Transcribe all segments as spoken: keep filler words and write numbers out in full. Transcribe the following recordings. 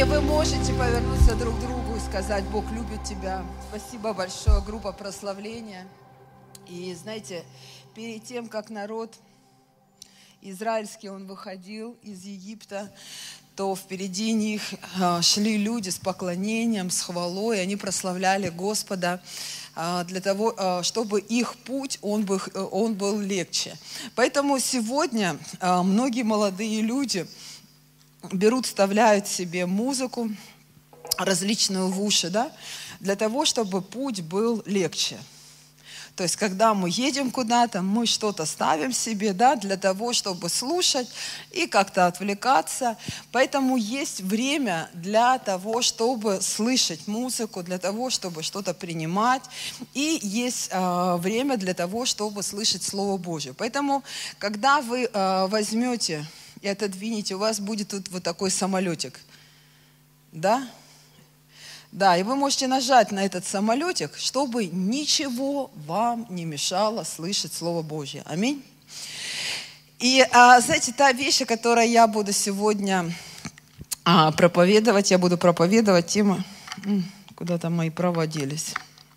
вы можете повернуться друг к другу и сказать: Бог любит тебя. Спасибо большое, группа прославления. И знаете, перед тем, как народ израильский, он выходил из Египта, то впереди них шли люди с поклонением, с хвалой, они прославляли Господа для того, чтобы их путь, он был, он был легче. Поэтому сегодня многие молодые люди берут, вставляют себе музыку различную в уши, да, для того, чтобы путь был легче. То есть, когда мы едем куда-то, мы что-то ставим себе, да, для того, чтобы слушать и как-то отвлекаться. Поэтому есть время для того, чтобы слышать музыку, для того, чтобы что-то принимать. И есть э, время для того, чтобы слышать Слово Божье. Поэтому, когда вы э, возьмете и отодвинете, у вас будет тут вот такой самолетик. Да? Да, и вы можете нажать на этот самолетик, чтобы ничего вам не мешало слышать Слово Божье. Аминь. И, а, знаете, та вещь, о которой я буду сегодня а, проповедовать, я буду проповедовать тему... Куда там мои права делись?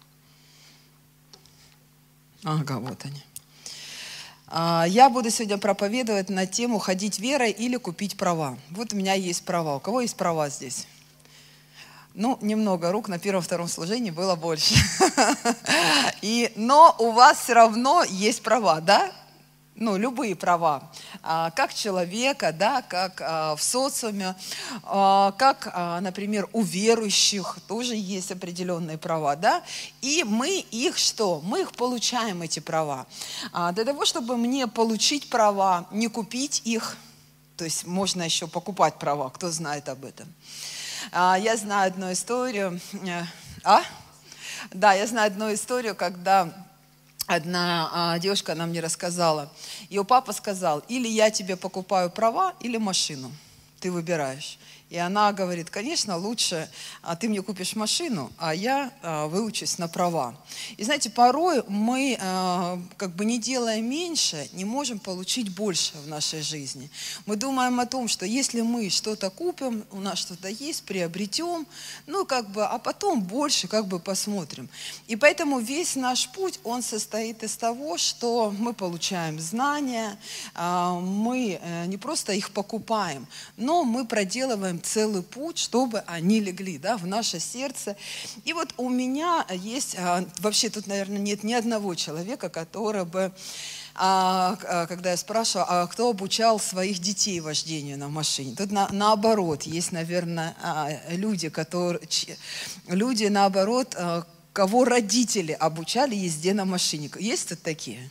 Ага, вот они. А, я буду сегодня проповедовать на тему «Ходить верой или купить права». Вот у меня есть права. У кого есть права здесь? Ну, немного рук, на первом-втором служении было больше. И, но у вас все равно есть права, да? Ну, любые права. А, как человека, да, как а, в социуме, а, как, а, например, у верующих тоже есть определенные права, да? И мы их что? Мы их получаем, эти права. А, для того, чтобы мне получить права, не купить их, то есть можно еще покупать права, кто знает об этом. Я знаю одну историю. А? Да, я знаю одну историю, когда одна девушка нам мне рассказала. Ее папа сказал: или я тебе покупаю права, или машину. Ты выбираешь. И она говорит: конечно, лучше а ты мне купишь машину, а я а, выучусь на права. И знаете, порой мы, а, как бы не делая меньше, не можем получить больше в нашей жизни. Мы думаем о том, что если мы что-то купим, у нас что-то есть, приобретем, ну как бы, а потом больше как бы посмотрим. И поэтому весь наш путь, он состоит из того, что мы получаем знания, а, мы не просто их покупаем, но мы проделываем целый путь, чтобы они легли, да, в наше сердце. И вот у меня есть, вообще тут, наверное, нет ни одного человека, который бы, когда я спрашиваю, а кто обучал своих детей вождению на машине? Тут на, наоборот, есть, наверное, люди, которые, люди, наоборот, кого родители обучали езде на машине. Есть тут такие?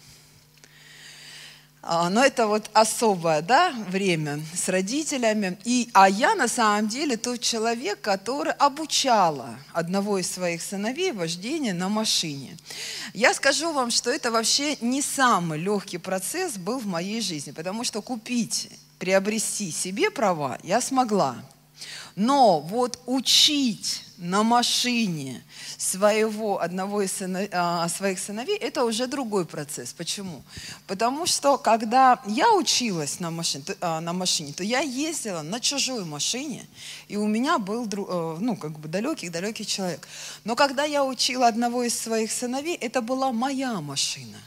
Но это вот особое, да, время с родителями. И, а я на самом деле тот человек, который обучала одного из своих сыновей вождению на машине. Я скажу вам, что это вообще не самый легкий процесс был в моей жизни, потому что купить, приобрести себе права я смогла. Но вот учить на машине своего, одного из сыновей, а, своих сыновей, это уже другой процесс. Почему? Потому что, когда я училась на машине, то, а, на машине, то я ездила на чужой машине, и у меня был, ну, как бы далекий-далекий человек. Но когда я учила одного из своих сыновей, это была моя машина.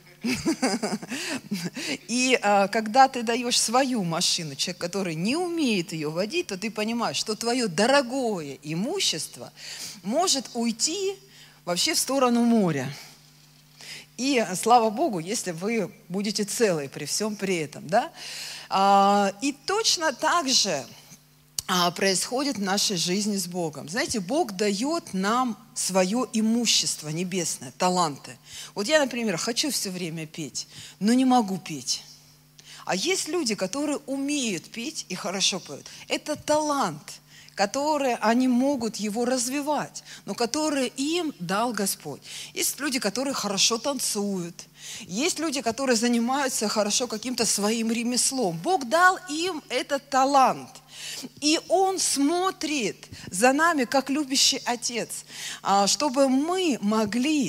И а, когда ты даешь свою машину, человек, который не умеет ее водить, то ты понимаешь, что твое дорогое имущество может уйти вообще в сторону моря. И слава Богу, если вы будете целы при всем при этом, да? А, и точно так же происходит в нашей жизни с Богом. Знаете, Бог дает нам свое имущество небесное, таланты. Вот я, например, хочу все время петь, но не могу петь. А есть люди, которые умеют петь и хорошо поют. Это талант, который они могут его развивать, но который им дал Господь. Есть люди, которые хорошо танцуют. Есть люди, которые занимаются хорошо каким-то своим ремеслом. Бог дал им этот талант. И Он смотрит за нами, как любящий Отец, чтобы мы могли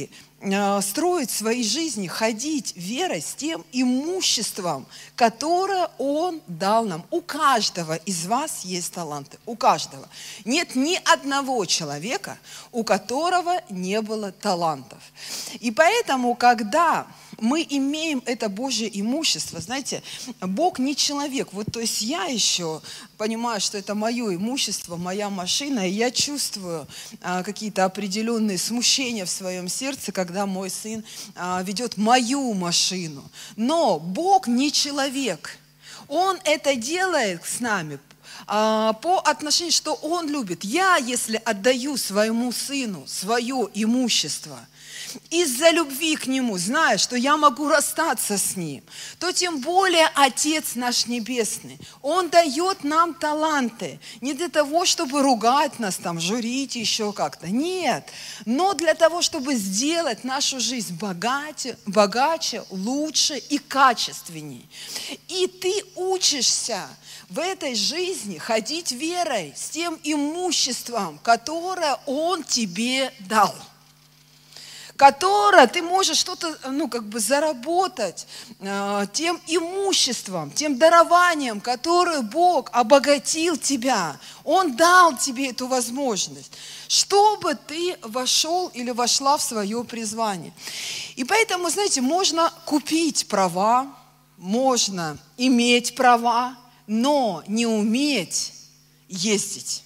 строить свои жизни, ходить верой с тем имуществом, которое Он дал нам. У каждого из вас есть таланты, у каждого. Нет ни одного человека, у которого не было талантов. И поэтому, когда мы имеем это Божье имущество, знаете, Бог не человек. Вот, то есть я еще понимаю, что это мое имущество, моя машина, и я чувствую а, какие-то определенные смущения в своем сердце, когда мой сын а, ведет мою машину. Но Бог не человек. Он это делает с нами а, по отношению, что Он любит. Я, если отдаю своему сыну свое имущество, из-за любви к Нему, зная, что я могу расстаться с Ним, то тем более Отец наш Небесный, Он дает нам таланты. Не для того, чтобы ругать нас, там, журить еще как-то. Нет. Но для того, чтобы сделать нашу жизнь богаче, богаче, лучше и качественней. И ты учишься в этой жизни ходить верой с тем имуществом, которое Он тебе дал, которое ты можешь что-то, ну, как бы заработать э, тем имуществом, тем дарованием, которое Бог обогатил тебя. Он дал тебе эту возможность, чтобы ты вошел или вошла в свое призвание. И поэтому, знаете, можно купить права, можно иметь права, но не уметь ездить.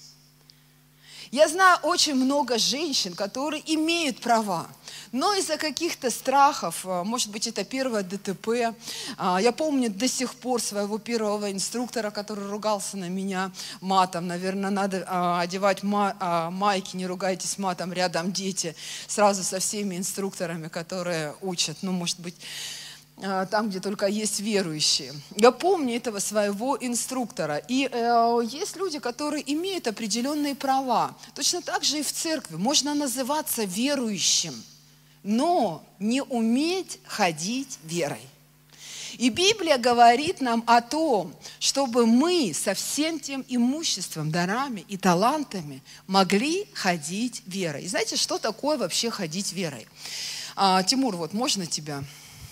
Я знаю очень много женщин, которые имеют права, но из-за каких-то страхов, может быть, это первое ДТП. Я помню до сих пор своего первого инструктора, который ругался на меня матом. Наверное, надо одевать майки, не ругайтесь матом, рядом дети. Сразу со всеми инструкторами, которые учат, ну, может быть, там, где только есть верующие. Я помню этого своего инструктора. И э, есть люди, которые имеют определенные права. Точно так же и в церкви. Можно называться верующим, но не уметь ходить верой. И Библия говорит нам о том, чтобы мы со всем тем имуществом, дарами и талантами могли ходить верой. И знаете, что такое вообще ходить верой? А, Тимур, вот можно тебя?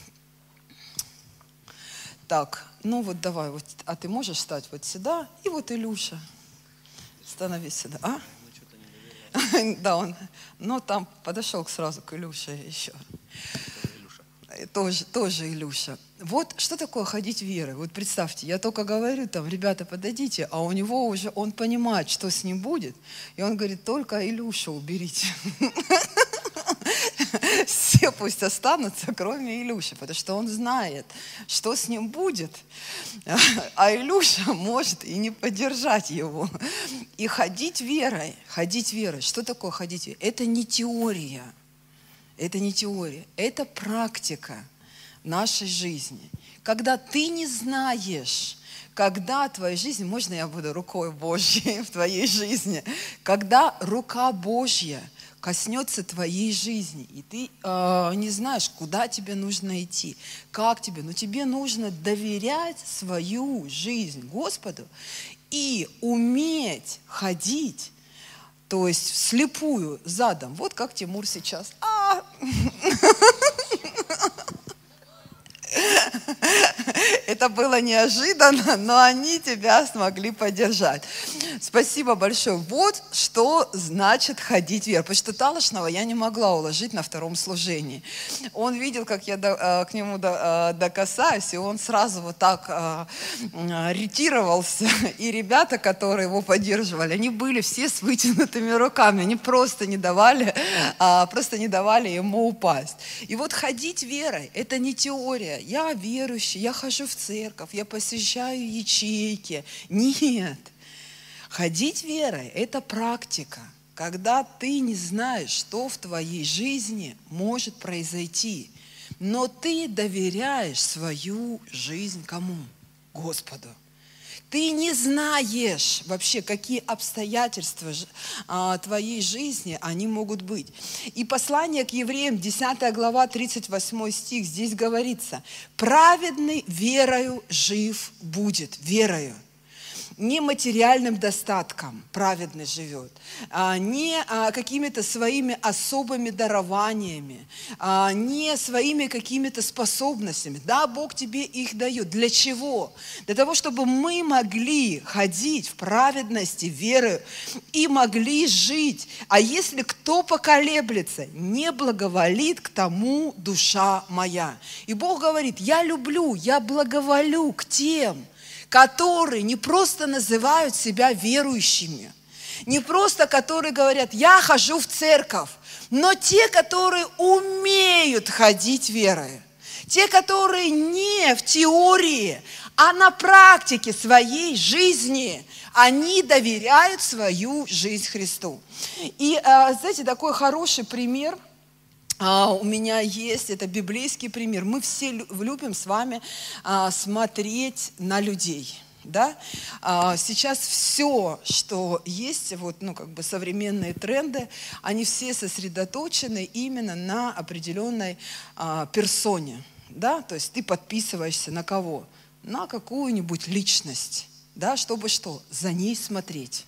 Так, ну вот давай, вот, а ты можешь встать вот сюда, и вот Илюша, становись сюда, а? Да, он, но там подошел сразу к Илюше еще. Тоже, тоже Илюша. Вот что такое ходить верой? Вот представьте, я только говорю там, ребята, подойдите, а у него уже, он понимает, что с ним будет, и он говорит, только Илюшу уберите. Все пусть останутся, кроме Илюши, потому что он знает, что с ним будет, а Илюша может и не поддержать его. И ходить верой, ходить верой, что такое ходить верой? Это не теория, это не теория, это практика нашей жизни. Когда ты не знаешь, когда в твоей жизни, можно я буду рукой Божьей в твоей жизни, когда рука Божья коснется твоей жизни, и ты э, не знаешь, куда тебе нужно идти, как тебе, но тебе нужно доверять свою жизнь Господу и уметь ходить, то есть вслепую, задом, вот как Тимур сейчас. А! Это было неожиданно, но они тебя смогли поддержать. Спасибо большое. Вот что значит ходить верой. Потому что Талошного я не могла уложить на втором служении. Он видел, как я до, к нему до, докасаюсь, и он сразу вот так ретировался. И ребята, которые его поддерживали, они были все с вытянутыми руками. Они просто не давали, просто не давали ему упасть. И вот ходить верой – это не теория. Я верующий, я хожу в церковь, я посещаю ячейки. Нет. Ходить верой – это практика, когда ты не знаешь, что в твоей жизни может произойти, но ты доверяешь свою жизнь кому? Господу. Ты не знаешь вообще, какие обстоятельства твоей жизни они могут быть. И послание к евреям, десятая глава, тридцать восьмой стих, здесь говорится: «Праведный верою жив будет». Верою. не материальным достатком праведный живет, не какими-то своими особыми дарованиями, не своими какими-то способностями. Да, Бог тебе их дает. Для чего? Для того, чтобы мы могли ходить в праведности веры и могли жить. А если кто поколеблется, не благоволит к тому душа моя. И Бог говорит: я люблю, я благоволю к тем, которые не просто называют себя верующими, не просто которые говорят: я хожу в церковь, но те, которые умеют ходить верой, те, которые не в теории, а на практике своей жизни, они доверяют свою жизнь Христу. И, знаете, такой хороший пример у меня есть, это библейский пример. Мы все любим с вами смотреть на людей. Да? Сейчас все, что есть, вот, ну, как бы современные тренды, они все сосредоточены именно на определенной персоне. Да? То есть ты подписываешься на кого? На какую-нибудь личность, да? Чтобы что? За ней смотреть.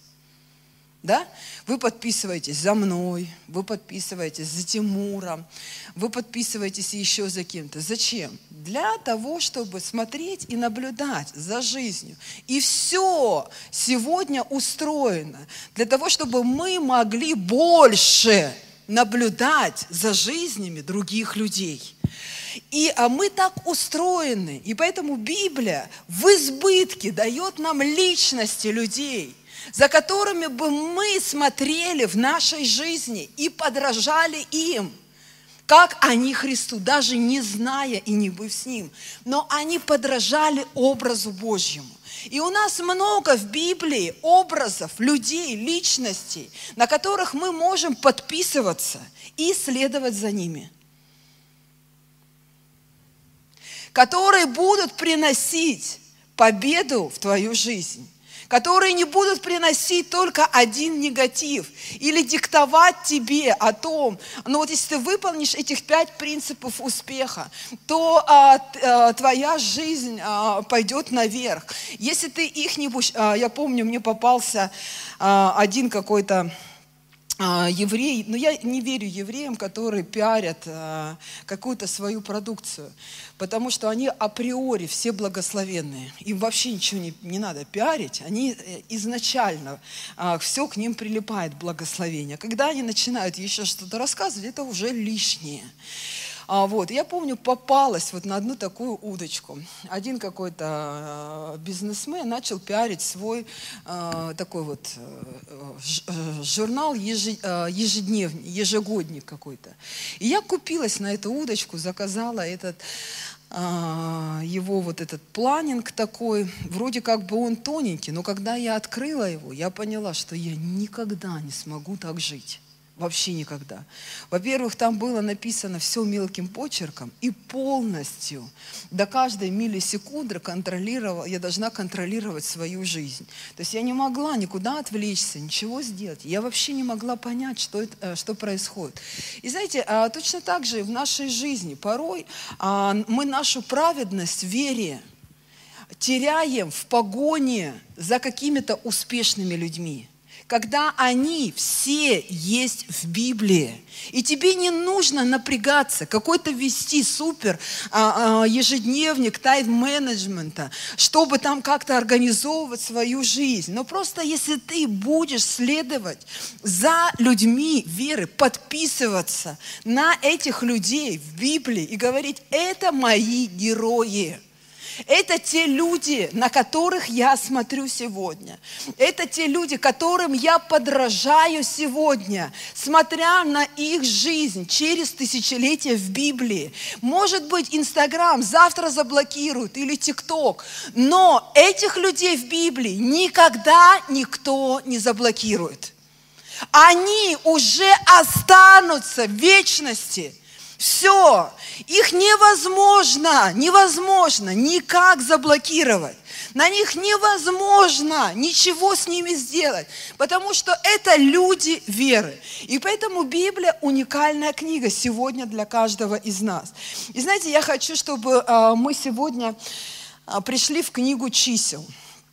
Да? Вы подписываетесь за мной, вы подписываетесь за Тимуром, вы подписываетесь еще за кем-то. Зачем? Для того, чтобы смотреть и наблюдать за жизнью. И все сегодня устроено для того, чтобы мы могли больше наблюдать за жизнями других людей. И а мы так устроены, и поэтому Библия в избытке дает нам личности людей, за которыми бы мы смотрели в нашей жизни и подражали им, как они Христу, даже не зная и не быв с Ним, но они подражали образу Божьему. И у нас много в Библии образов, людей, личностей, на которых мы можем подписываться и следовать за ними, которые будут приносить победу в твою жизнь, которые не будут приносить только один негатив или диктовать тебе о том, ну вот если ты выполнишь этих пять принципов успеха, то а, а, твоя жизнь а, пойдет наверх. Если ты их не будешь... А, я помню, мне попался а, один какой-то еврей, но я не верю евреям, которые пиарят а, какую-то свою продукцию, потому что они априори все благословенные. Им вообще ничего не, не надо пиарить, они изначально, а, все к ним прилипает благословение. Когда они начинают еще что-то рассказывать, это уже лишнее. А, вот, я помню, попалась вот на одну такую удочку. Один какой-то э, бизнесмен начал пиарить свой э, такой вот э, ж, э, журнал ежи, э, ежедневный, ежегодник какой-то. И я купилась на эту удочку, заказала этот, э, его вот этот планинг такой. Вроде как бы он тоненький, но когда я открыла его, я поняла, что я никогда не смогу так жить. Вообще никогда. Во-первых, там было написано все мелким почерком и полностью до каждой миллисекунды контролировала, я должна контролировать свою жизнь. То есть я не могла никуда отвлечься, ничего сделать. Я вообще не могла понять, что, это, что происходит. И знаете, точно так же в нашей жизни порой мы нашу праведность в вере теряем в погоне за какими-то успешными людьми, когда они все есть в Библии. И тебе не нужно напрягаться, какой-то вести супер а, а, ежедневник тайм-менеджмента, чтобы там как-то организовывать свою жизнь. Но просто если ты будешь следовать за людьми веры, подписываться на этих людей в Библии и говорить: это мои герои. Это те люди, на которых я смотрю сегодня. Это те люди, которым я подражаю сегодня, смотря на их жизнь через тысячелетия в Библии. Может быть, Инстаграм завтра заблокируют или ТикТок, но этих людей в Библии никогда никто не заблокирует. Они уже останутся в вечности. Все, их невозможно, невозможно никак заблокировать. На них невозможно ничего с ними сделать, потому что это люди веры. И поэтому Библия уникальная книга сегодня для каждого из нас. И знаете, я хочу, чтобы мы сегодня пришли в книгу чисел.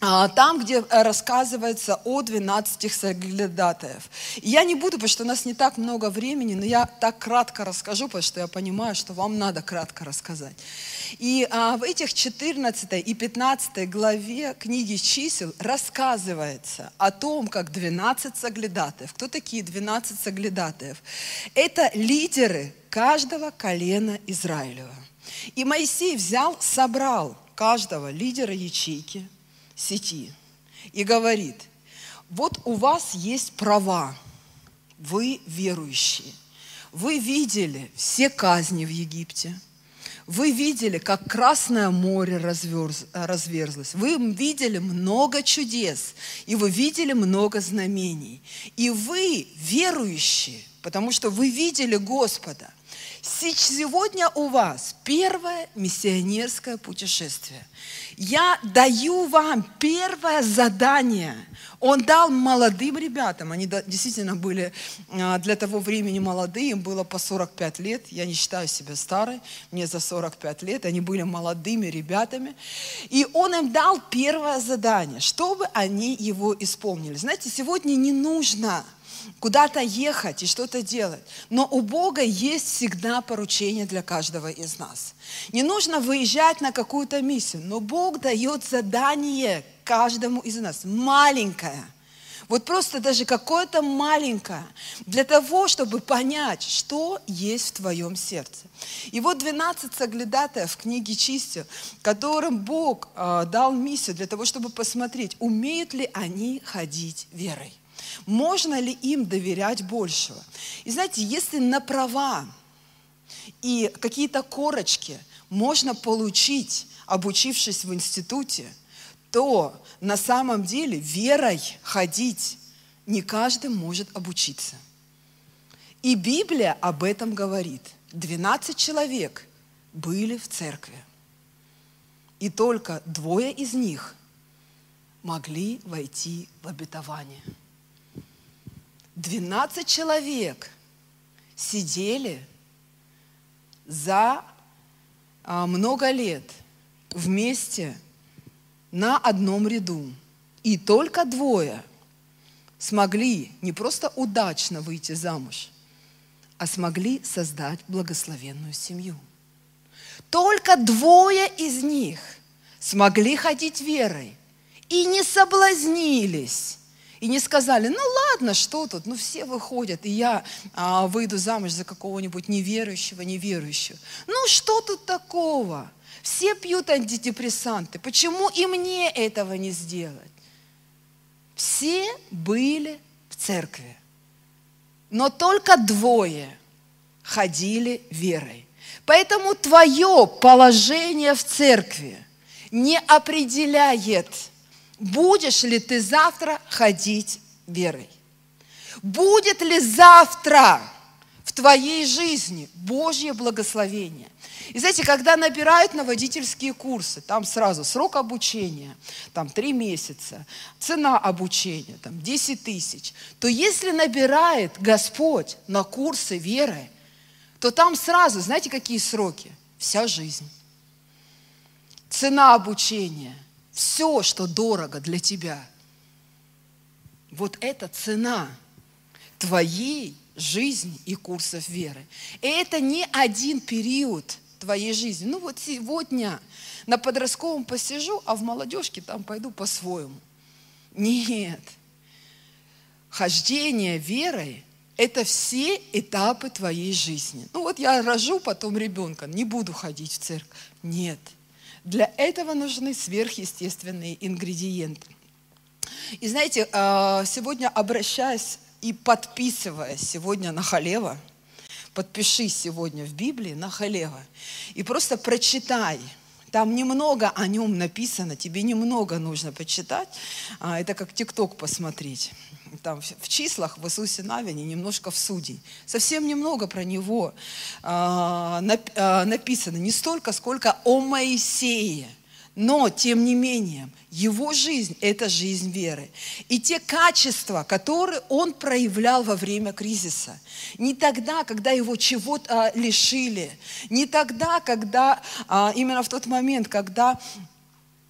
там, где рассказывается о двенадцати соглядатаев. И я не буду, потому что у нас не так много времени, но я так кратко расскажу, потому что я понимаю, что вам надо кратко рассказать. И а, в этих четырнадцатой и пятнадцатой главе книги чисел рассказывается о том, как двенадцать соглядатаев. Кто такие двенадцать соглядатаев? Это лидеры каждого колена Израилева. И Моисей взял, собрал каждого лидера ячейки, сети, и говорит: вот у вас есть права, вы верующие, вы видели все казни в Египте, вы видели, как Красное море разверз, разверзлось, вы видели много чудес, и вы видели много знамений, и вы верующие, потому что вы видели Господа. Сегодня у вас первое миссионерское путешествие. Я даю вам первое задание. Он дал молодым ребятам, они действительно были для того времени молодые, им было по сорок пять лет, я не считаю себя старой, мне за сорок пять лет, они были молодыми ребятами. И он им дал первое задание, чтобы они его исполнили. Знаете, сегодня не нужно куда-то ехать и что-то делать. Но у Бога есть всегда поручение для каждого из нас. Не нужно выезжать на какую-то миссию, но Бог дает задание каждому из нас, маленькое. Вот просто даже какое-то маленькое, для того, чтобы понять, что есть в твоем сердце. И вот двенадцать соглядатаев в книге чисел, которым Бог э, дал миссию для того, чтобы посмотреть, умеют ли они ходить верой. Можно ли им доверять большего? И знаете, если на права и какие-то корочки можно получить, обучившись в институте, то на самом деле верой ходить не каждый может обучиться. И Библия об этом говорит. двенадцать человек были в церкви. И только двое из них могли войти в обетование. двенадцать человек сидели за а, много лет вместе на одном ряду. И только двое смогли не просто удачно выйти замуж, а смогли создать благословенную семью. Только двое из них смогли ходить верой и не соблазнились. И не сказали: ну ладно, что тут, ну все выходят, и я а, выйду замуж за какого-нибудь неверующего, неверующего. Ну что тут такого? Все пьют антидепрессанты, почему и мне этого не сделать? Все были в церкви, но только двое ходили верой. Поэтому твое положение в церкви не определяет, будешь ли ты завтра ходить верой? Будет ли завтра в твоей жизни Божье благословение? И знаете, когда набирают на водительские курсы, там сразу срок обучения, там три месяца, цена обучения, там десять тысяч, то если набирает Господь на курсы веры, то там сразу, знаете, какие сроки? Вся жизнь. Цена обучения. Все, что дорого для тебя, вот это цена твоей жизни и курсов веры. И это не один период твоей жизни. Ну вот сегодня на подростковом посижу, а в молодежке там пойду по-своему. Нет. Хождение верой – это все этапы твоей жизни. Ну вот я рожу потом ребенка, не буду ходить в церковь. Нет. Для этого нужны сверхъестественные ингредиенты. И знаете, сегодня обращаясь и подписываясь сегодня на Халева, подпишись сегодня в Библии на Халева и просто прочитай. Там немного о нем написано, тебе немного нужно почитать. Это как ТикТок посмотреть. Там в числах в Иисусе Навине, немножко в Судей. Совсем немного про него написано. Не столько, сколько о Моисее. Но, тем не менее, его жизнь – это жизнь веры. И те качества, которые он проявлял во время кризиса, не тогда, когда его чего-то лишили, не тогда, когда, именно в тот момент, когда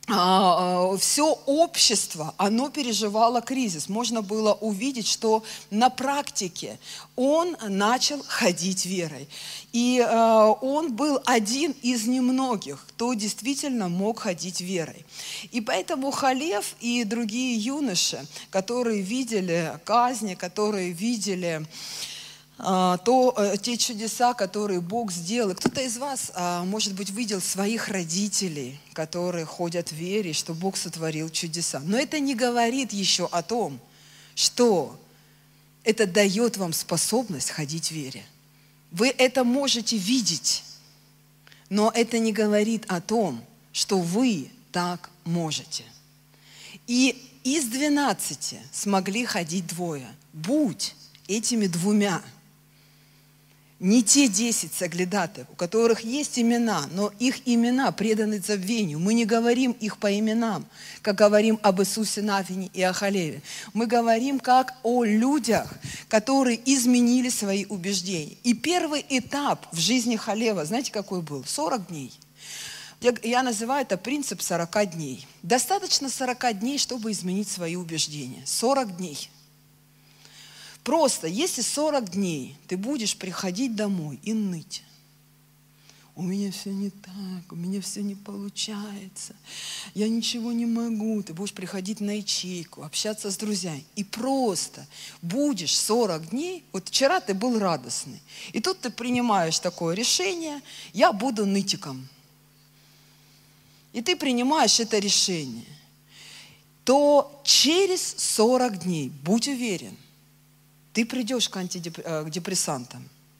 все общество, оно переживало кризис. Можно было увидеть, что на практике он начал ходить верой. И он был один из немногих, кто действительно мог ходить верой. И поэтому Халев и другие юноши, которые видели казни, которые видели то, те чудеса, которые Бог сделал. Кто-то из вас, может быть, видел своих родителей, которые ходят в вере, что Бог сотворил чудеса. Но это не говорит еще о том, что это дает вам способность ходить в вере. Вы это можете видеть, но это не говорит о том, что вы так можете. И из двенадцати смогли ходить двое. Будь этими двумя. Не те десять соглядатаев, у которых есть имена, но их имена преданы забвению. Мы не говорим их по именам, как говорим об Иисусе Навине и о Халеве. Мы говорим как о людях, которые изменили свои убеждения. И первый этап в жизни Халева, знаете, какой был? сорок дней. Я называю это принцип сорока дней. Достаточно сорока дней, чтобы изменить свои убеждения. сорок дней. Просто, если сорок дней ты будешь приходить домой и ныть, у меня все не так, у меня все не получается, я ничего не могу, ты будешь приходить на ячейку, общаться с друзьями, и просто будешь сорок дней, вот вчера ты был радостный, и тут ты принимаешь такое решение, я буду нытиком, и ты принимаешь это решение, то через сорок дней, будь уверен, ты придешь к антидепрессантам.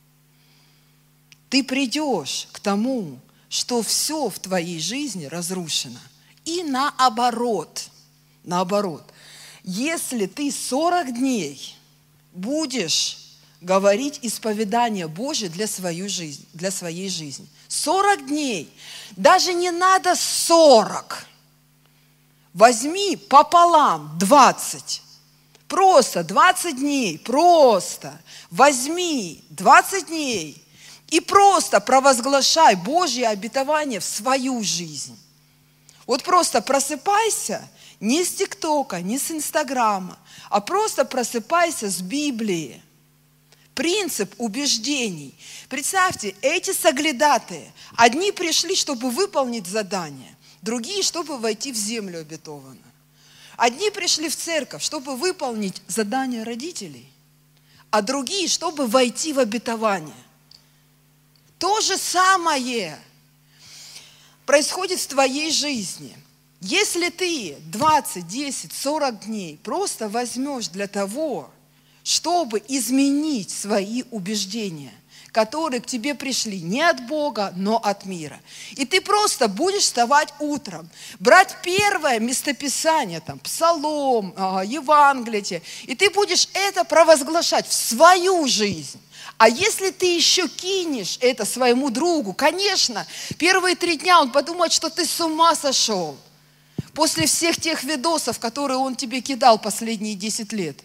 Ты придешь к тому, что все в твоей жизни разрушено. И наоборот, наоборот, если ты сорок дней будешь говорить исповедание Божие для своей жизни, для своей жизни, сорок дней, даже не надо сорок, возьми пополам двадцать. Просто двадцать дней, просто возьми двадцать дней и просто провозглашай Божье обетование в свою жизнь. Вот просто просыпайся не с ТикТока, не с Инстаграма, а просто просыпайся с Библии. Принцип убеждений. Представьте, эти соглядатые, одни пришли, чтобы выполнить задание, другие, чтобы войти в землю обетованную. Одни пришли в церковь, чтобы выполнить задание родителей, а другие, чтобы войти в обетование. То же самое происходит в твоей жизни. Если ты двадцать, десять, сорок дней просто возьмешь для того, чтобы изменить свои убеждения, которые к тебе пришли не от Бога, но от мира. И ты просто будешь вставать утром, брать первое местописание, там, Псалом, Евангелие, и ты будешь это провозглашать в свою жизнь. А если ты еще кинешь это своему другу, конечно, первые три дня он подумает, что ты с ума сошел. После всех тех видосов, которые он тебе кидал последние десять лет.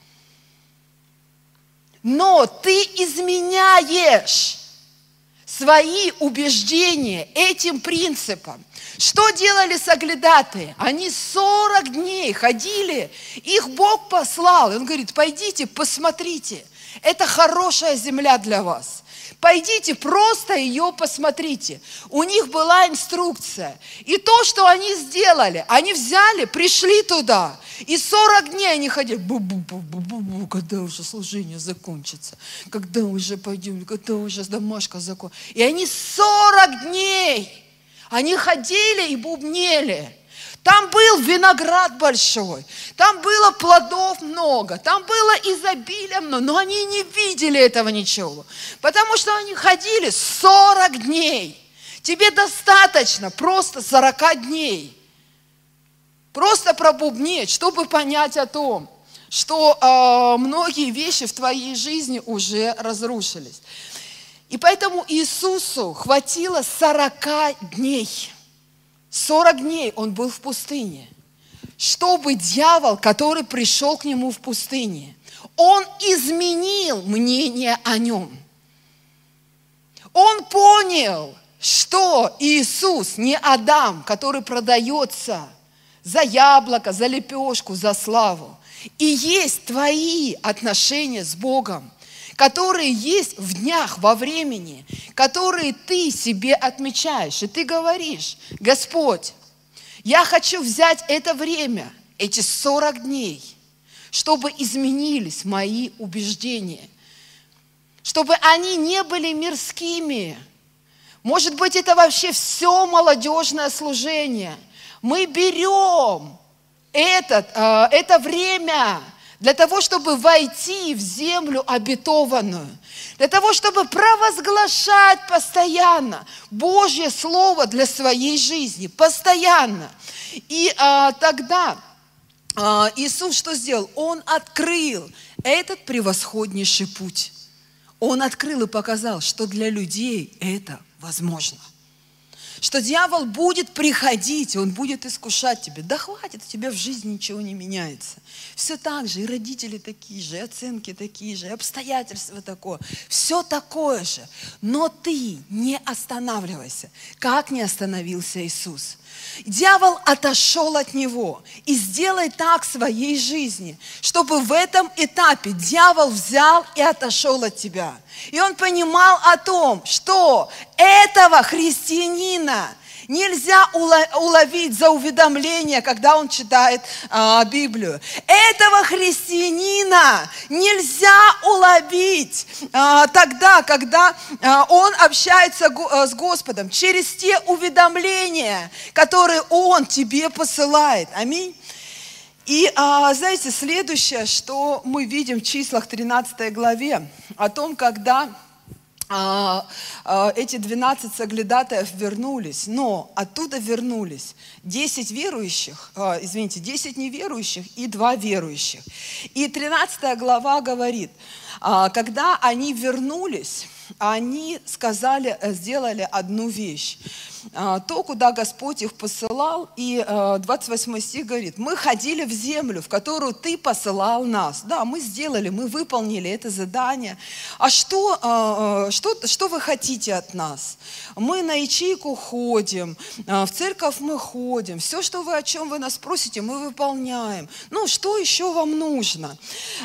Но ты изменяешь свои убеждения этим принципом. Что делали соглядатые? Они сорок дней ходили, их Бог послал. И Он говорит, пойдите, посмотрите, это хорошая земля для вас. Пойдите, просто ее посмотрите. У них была инструкция. И то, что они сделали, они взяли, пришли туда. И сорок дней они ходили. Бу-бу-бу-бу-бу-бу, когда уже служение закончится? Когда уже пойдем? Когда уже домашка закончится? И они сорок дней, они ходили и бубнели. Там был виноград большой, там было плодов много, там было изобилие много, но они не видели этого ничего, потому что они ходили сорок дней. Тебе достаточно просто сорок дней, просто пробубнить, чтобы понять о том, что э, многие вещи в твоей жизни уже разрушились. И поэтому Иисусу хватило сорока дней. сорок дней он был в пустыне, чтобы дьявол, который пришел к нему в пустыне, он изменил мнение о нем. Он понял, что Иисус не Адам, который продается за яблоко, за лепешку, за славу. И есть твои отношения с Богом, которые есть в днях, во времени, которые ты себе отмечаешь. И ты говоришь: Господь, я хочу взять это время, эти сорок дней, чтобы изменились мои убеждения, чтобы они не были мирскими. Может быть, это вообще все молодежное служение. Мы берем этот, э, это время для того, чтобы войти в землю обетованную, для того, чтобы провозглашать постоянно Божье Слово для своей жизни, постоянно. И э, тогда э, Иисус что сделал? Он открыл этот превосходнейший путь. Он открыл и показал, что для людей это возможно. Что дьявол будет приходить, он будет искушать тебя. Да хватит, у тебя в жизни ничего не меняется. Все так же, и родители такие же, и оценки такие же, и обстоятельства такое. Все такое же. Но ты не останавливайся, как не остановился Иисус. Дьявол отошел от него. И сделай так в своей жизни, чтобы в этом этапе дьявол взял и отошел от тебя. И он понимал о том, что этого христианина нельзя уловить за уведомление, когда он читает а, Библию. Этого христианина нельзя уловить а, тогда, когда а, он общается го, с Господом, через те уведомления, которые он тебе посылает. Аминь. И, а, знаете, следующее, что мы видим в числах тринадцатой главе, о том, когда а, а, эти двенадцать соглядатаев вернулись, но оттуда вернулись десять верующих, а, извините, десять неверующих и два верующих. И тринадцатая глава говорит, а, когда они вернулись, они сказали, сделали одну вещь. То, куда Господь их посылал, и двадцать восьмой стих говорит: мы ходили в землю, в которую ты посылал нас. Да, мы сделали, мы выполнили это задание. А что, что, что вы хотите от нас? Мы на ячейку ходим, в церковь мы ходим, все, что вы, о чем вы нас просите, мы выполняем. Ну, что еще вам нужно?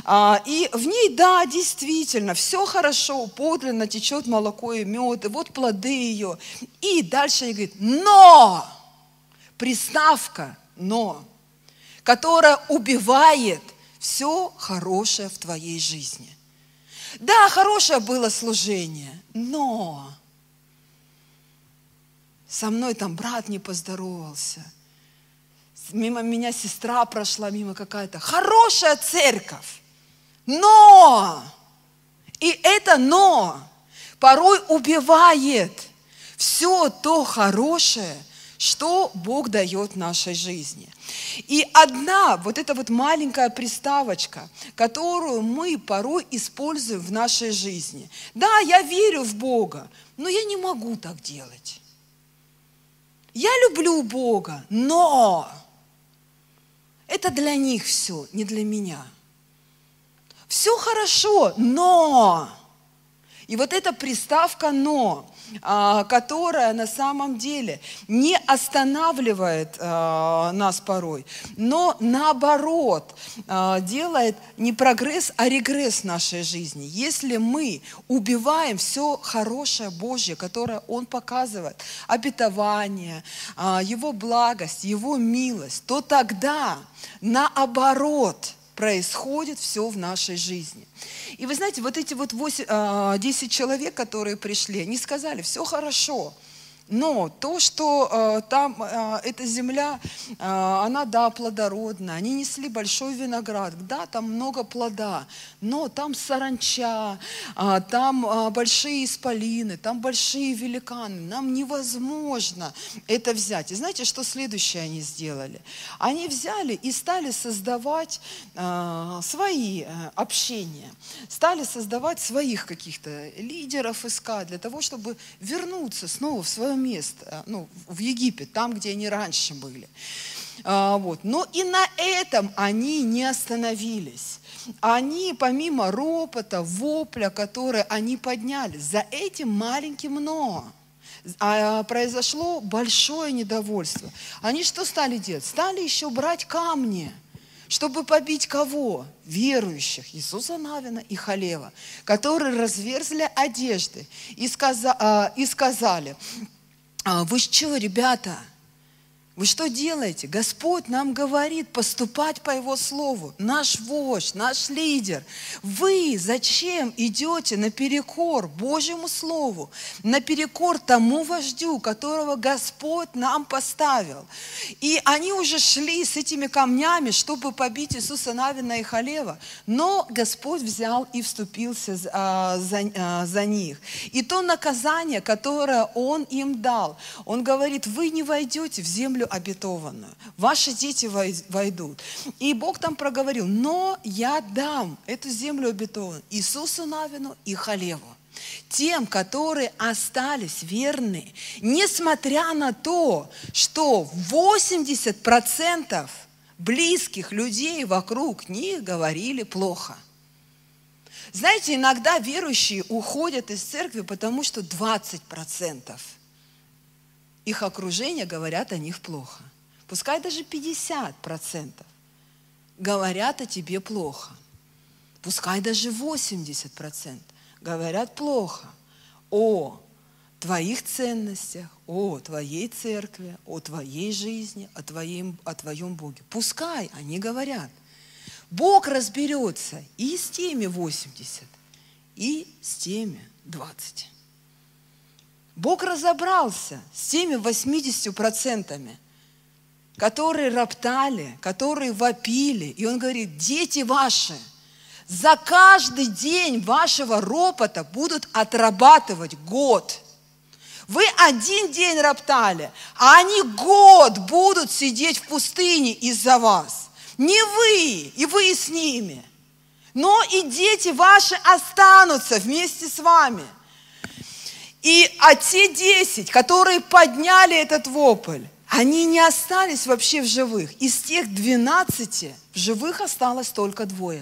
И в ней, да, действительно, все хорошо, подлинно течет молоко и мед, и вот плоды ее. И дальше говорит: но, приставка «но», которая убивает все хорошее в твоей жизни. Да, хорошее было служение, но со мной там брат не поздоровался, мимо меня сестра прошла, мимо какая-то. Хорошая церковь, но, и это «но» порой убивает все то хорошее, что Бог дает в нашей жизни. И одна вот эта вот маленькая приставочка, которую мы порой используем в нашей жизни. Да, я верю в Бога, но я не могу так делать. Я люблю Бога, но это для них все, не для меня. Все хорошо, но... И вот эта приставка «но», которая на самом деле не останавливает нас порой, но наоборот делает не прогресс, а регресс в нашей жизни. Если мы убиваем все хорошее Божье, которое Он показывает, обетование, Его благость, Его милость, то тогда наоборот происходит все в нашей жизни. И вы знаете, вот эти вот десять человек, которые пришли, они сказали: все хорошо, но то, что э, там э, эта земля, э, она, да, плодородная, они несли большой виноград, да, там много плода, но там саранча, э, там э, большие исполины, там большие великаны, нам невозможно это взять. И знаете, что следующее они сделали? Они взяли и стали создавать э, свои э, общения, стали создавать своих каких-то лидеров искать для того, чтобы вернуться снова в свое место, ну, в Египет, там, где они раньше были. А, вот. Но и на этом они не остановились. Они, помимо ропота, вопля, который они подняли, за этим маленьким «но», а произошло большое недовольство. Они что стали делать? Стали еще брать камни, чтобы побить кого? Верующих, Иисуса Навина и Халева, которые разверзли одежды и, сказа, и сказали: вы что, ребята, вы что делаете? Господь нам говорит поступать по Его слову. Наш вождь, наш лидер. Вы зачем идете наперекор Божьему слову, наперекор тому вождю, которого Господь нам поставил? И они уже шли с этими камнями, чтобы побить Иисуса Навина и Халева, но Господь взял и вступился за, за, за них. И то наказание, которое Он им дал, Он говорит: вы не войдете в землю обетованную, ваши дети войдут. И Бог там проговорил: но я дам эту землю обетованную Иисусу Навину и Халеву, тем, которые остались верны, несмотря на то, что восемьдесят процентов близких людей вокруг них говорили плохо. Знаете, иногда верующие уходят из церкви, потому что двадцать процентов их окружения говорят о них плохо. Пускай даже пятьдесят процентов говорят о тебе плохо. Пускай даже восемьдесят процентов говорят плохо о твоих ценностях, о твоей церкви, о твоей жизни, о твоем, о твоем Боге. Пускай они говорят. Бог разберется и с теми восемьдесят, и с теми двадцать. Бог разобрался с теми восьмидесятью процентами, которые роптали, которые вопили. И Он говорит: дети ваши за каждый день вашего ропота будут отрабатывать год. Вы один день роптали, а они год будут сидеть в пустыне из-за вас. Не вы, и вы с ними, но и дети ваши останутся вместе с вами. И а те десять, которые подняли этот вопль, они не остались вообще в живых. Из тех двенадцати в живых осталось только двое.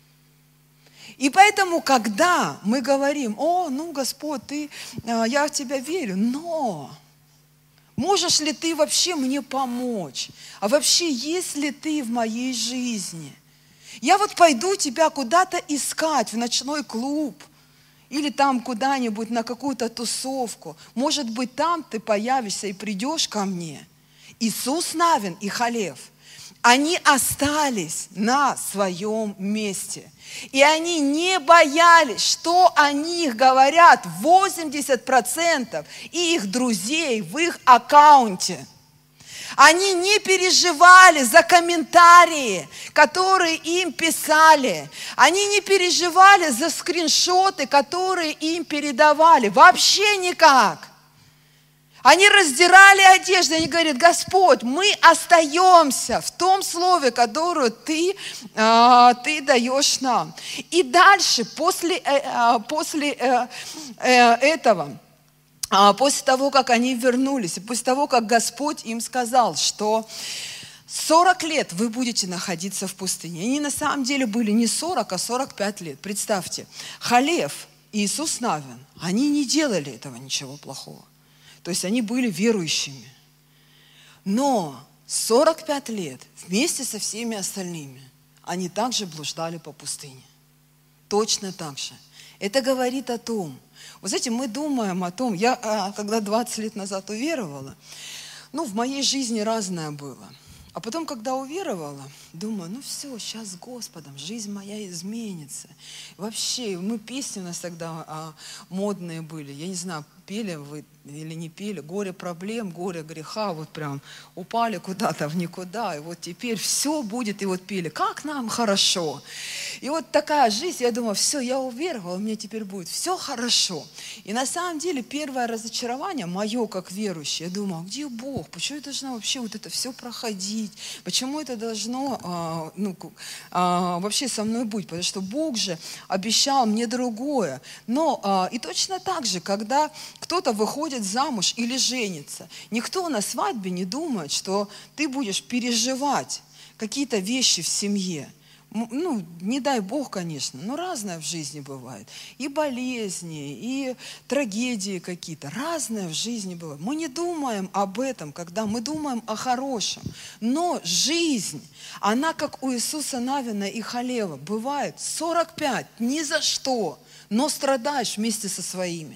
И поэтому, когда мы говорим: о, ну, Господь, ты, я в Тебя верю, но можешь ли Ты вообще мне помочь? А вообще, есть ли Ты в моей жизни? Я вот пойду Тебя куда-то искать, в ночной клуб, или там куда-нибудь на какую-то тусовку. Может быть, там ты появишься и придешь ко мне. Иисус Навин и Халев, они остались на своем месте. И они не боялись, что о них говорят восемьдесят процентов их друзей в их аккаунте. Они не переживали за комментарии, которые им писали. Они не переживали за скриншоты, которые им передавали. Вообще никак. Они раздирали одежды, они говорят: Господь, мы остаемся в том слове, которое Ты, э, ты даешь нам. И дальше, после, э, после э, э, этого, э, после того, как они вернулись, и после того, как Господь им сказал, что сорок лет вы будете находиться в пустыне. Они на самом деле были не сорок, а сорок пять лет. Представьте, Халев и Иисус Навин, они не делали этого ничего плохого. То есть они были верующими. Но сорок пять лет вместе со всеми остальными они также блуждали по пустыне. Точно так же. Это говорит о том, вы знаете, мы думаем о том, я когда двадцать лет назад уверовала, ну, в моей жизни разное было. А потом, когда уверовала, думаю: ну все, сейчас с Господом жизнь моя изменится. Вообще, мы песни у нас тогда а, модные были, я не знаю, пели вы или не пели, горе проблем, горе греха, вот прям упали куда-то в никуда, и вот теперь все будет, и вот пели: как нам хорошо. И вот такая жизнь, я думаю: все, я уверовала, мне теперь будет все хорошо. И на самом деле первое разочарование мое, как верующее, я думаю: а где Бог? Почему я должна вообще вот это все проходить? Почему это должно а, ну, а, вообще со мной быть? Потому что Бог же обещал мне другое. Но а, и точно так же, когда кто-то выходит замуж или женится, никто на свадьбе не думает, что ты будешь переживать какие-то вещи в семье. Ну, не дай Бог, конечно, но разное в жизни бывает. И болезни, и трагедии какие-то. Разное в жизни бывает. Мы не думаем об этом, когда мы думаем о хорошем. Но жизнь, она как у Иисуса Навина и Халева, бывает сорок пять, ни за что, но страдаешь вместе со своими.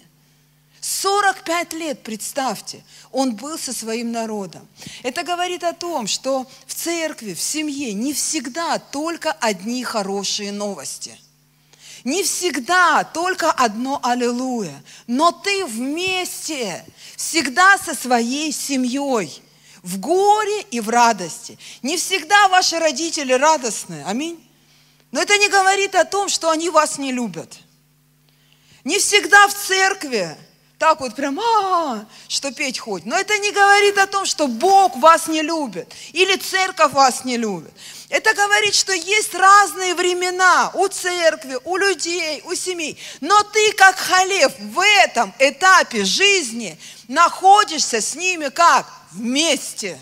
сорок пять лет, представьте, он был со своим народом. Это говорит о том, что в церкви, в семье не всегда только одни хорошие новости. Не всегда только одно аллилуйя. Но ты вместе, всегда со своей семьей, в горе и в радости. Не всегда ваши родители радостные, аминь. Но это не говорит о том, что они вас не любят. Не всегда в церкви так вот прям, а, что петь хоть. Но это не говорит о том, что Бог вас не любит или церковь вас не любит. Это говорит, что есть разные времена у церкви, у людей, у семей. Но ты, как Халев, в этом этапе жизни находишься с ними как? Вместе.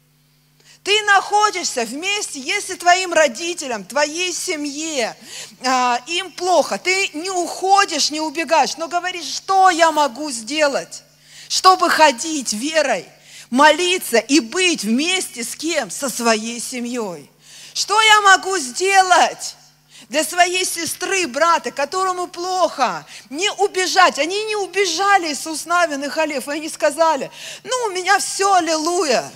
Ты находишься вместе, если твоим родителям, твоей семье, э, им плохо, ты не уходишь, не убегаешь, но говоришь, что я могу сделать, чтобы ходить верой, молиться и быть вместе с кем? Со своей семьей. Что я могу сделать для своей сестры, брата, которому плохо? Не убежать. Они не убежали, Иисус Навин и Халев, и они сказали, ну, у меня все, аллилуйя.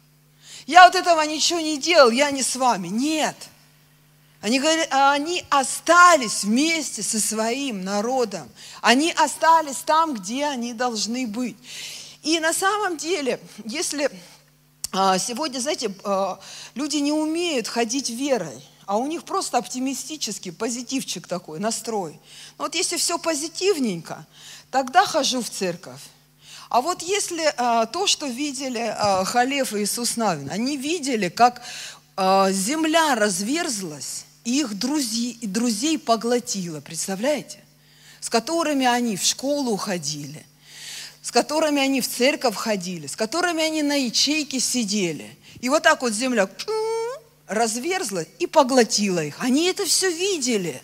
Я вот этого ничего не делал, я не с вами. Нет. Они, говорят, они остались вместе со своим народом. Они остались там, где они должны быть. И на самом деле, если сегодня, знаете, люди не умеют ходить верой, а у них просто оптимистический, позитивчик такой, настрой. Но вот если все позитивненько, тогда хожу в церковь. А вот если а, то, что видели а, Халев и Иисус Навин, они видели, как а, земля разверзлась, и их друзей, и друзей поглотила, представляете? С которыми они в школу ходили, с которыми они в церковь ходили, с которыми они на ячейке сидели. И вот так вот земля разверзлась и поглотила их. Они это все видели.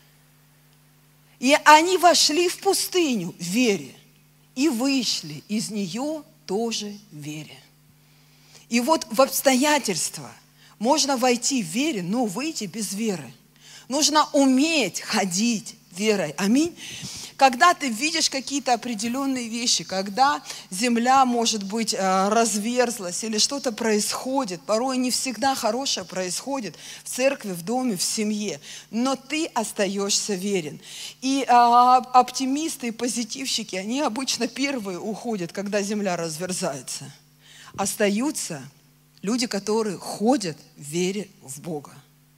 И они вошли в пустыню в вере. И вышли из нее тоже в вере. И вот в обстоятельства можно войти в вере, но выйти без веры. Нужно уметь ходить верой. Аминь. Когда ты видишь какие-то определенные вещи, когда земля, может быть, разверзлась или что-то происходит, порой не всегда хорошее происходит в церкви, в доме, в семье, но ты остаешься верен. И а, оптимисты и позитивщики, они обычно первые уходят, когда земля разверзается. Остаются люди, которые ходят в вере в Бога.